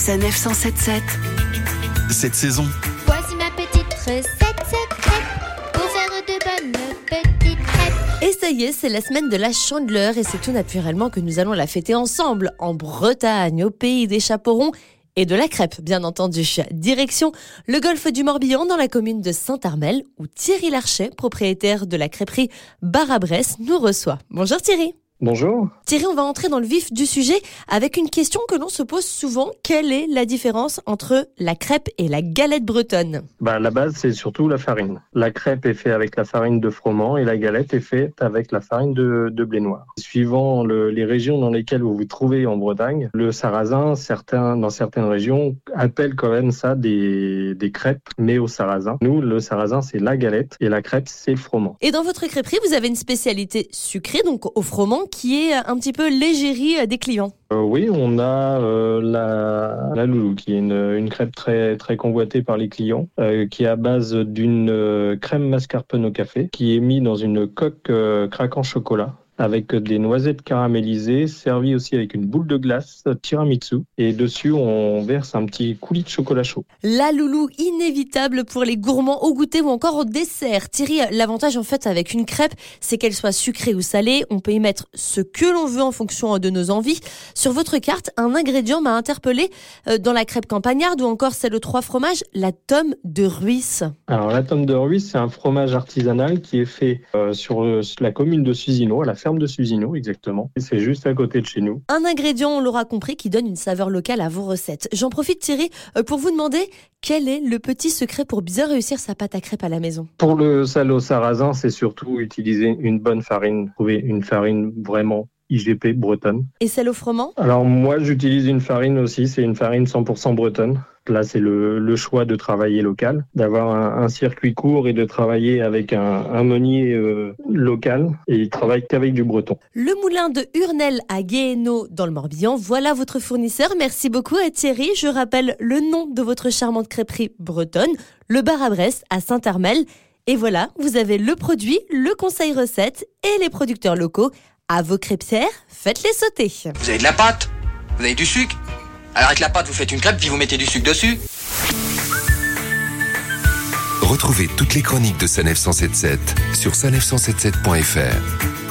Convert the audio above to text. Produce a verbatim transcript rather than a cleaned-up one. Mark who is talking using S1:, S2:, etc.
S1: Sanef cent sept sept.
S2: Cette saison.
S3: Voici ma petite recette secrète pour faire de bonnes petites crêpes.
S4: Et ça y est, c'est la semaine de la Chandeleur et c'est tout naturellement que nous allons la fêter ensemble en Bretagne, au pays des chaperons et de la crêpe, bien entendu. Direction le golfe du Morbihan, dans la commune de Saint-Armel, où Thierry Larchet, propriétaire de la crêperie Bar à Bresse, nous reçoit. Bonjour Thierry.
S5: Bonjour.
S4: Thierry, on va entrer dans le vif du sujet avec une question que l'on se pose souvent. Quelle est la différence entre la crêpe et la galette bretonne ?
S5: Bah, la base, c'est surtout la farine. La crêpe est faite avec la farine de froment et la galette est faite avec la farine de, de blé noir. Suivant le, les régions dans lesquelles vous vous trouvez en Bretagne, le sarrasin, certains, dans certaines régions, appellent quand même ça des, des crêpes, mais au sarrasin. Nous, le sarrasin, c'est la galette et la crêpe, c'est le froment.
S4: Et dans votre crêperie, vous avez une spécialité sucrée, donc au froment, qui est un petit peu l'égérie des clients.
S5: Euh, oui, on a euh, la, la loulou, qui est une, une crêpe très, très convoitée par les clients, euh, qui est à base d'une euh, crème mascarpone au café, qui est mise dans une coque euh, craquant chocolat, avec des noisettes caramélisées, servies aussi avec une boule de glace tiramisu. Et dessus, on verse un petit coulis de chocolat chaud.
S4: La loulou inévitable pour les gourmands au goûter ou encore au dessert. Thierry, l'avantage en fait avec une crêpe, c'est qu'elle soit sucrée ou salée. On peut y mettre ce que l'on veut en fonction de nos envies. Sur votre carte, un ingrédient m'a interpellé dans la crêpe campagnarde ou encore celle aux trois fromages, la tome de Ruisse.
S5: Alors la tome de Ruisse, c'est un fromage artisanal qui est fait euh, sur euh, la commune de Susinot, à la ferme de Susinot, exactement. Et c'est juste à côté de chez nous.
S4: Un ingrédient, on l'aura compris, qui donne une saveur locale à vos recettes. J'en profite, Thierry, pour vous demander quel est le petit secret pour bien réussir sa pâte à crêpes à la maison.
S5: Pour le sale au sarrasin, c'est surtout utiliser une bonne farine. Trouver une farine vraiment I G P bretonne.
S4: Et celle au froment ?
S5: Alors moi, j'utilise une farine aussi, c'est une farine cent pour cent bretonne. Là, c'est le, le choix de travailler local, d'avoir un, un circuit court et de travailler avec un, un meunier euh, local. Et il travaille qu'avec du breton.
S4: Le moulin de Hurnel à Guéhenno dans le Morbihan, voilà votre fournisseur. Merci beaucoup à Thierry. Je rappelle le nom de votre charmante crêperie bretonne, le Bar à Bresse à Saint-Armel. Et voilà, vous avez le produit, le conseil recette et les producteurs locaux. À vos crêpières, faites-les sauter.
S6: Vous avez de la pâte ? Vous avez du sucre ? Alors avec la pâte, vous faites une crêpe, puis vous mettez du sucre dessus.
S2: Retrouvez toutes les chroniques de Sanef cent soixante-dix-sept sur sanef cent soixante-dix-sept point f r.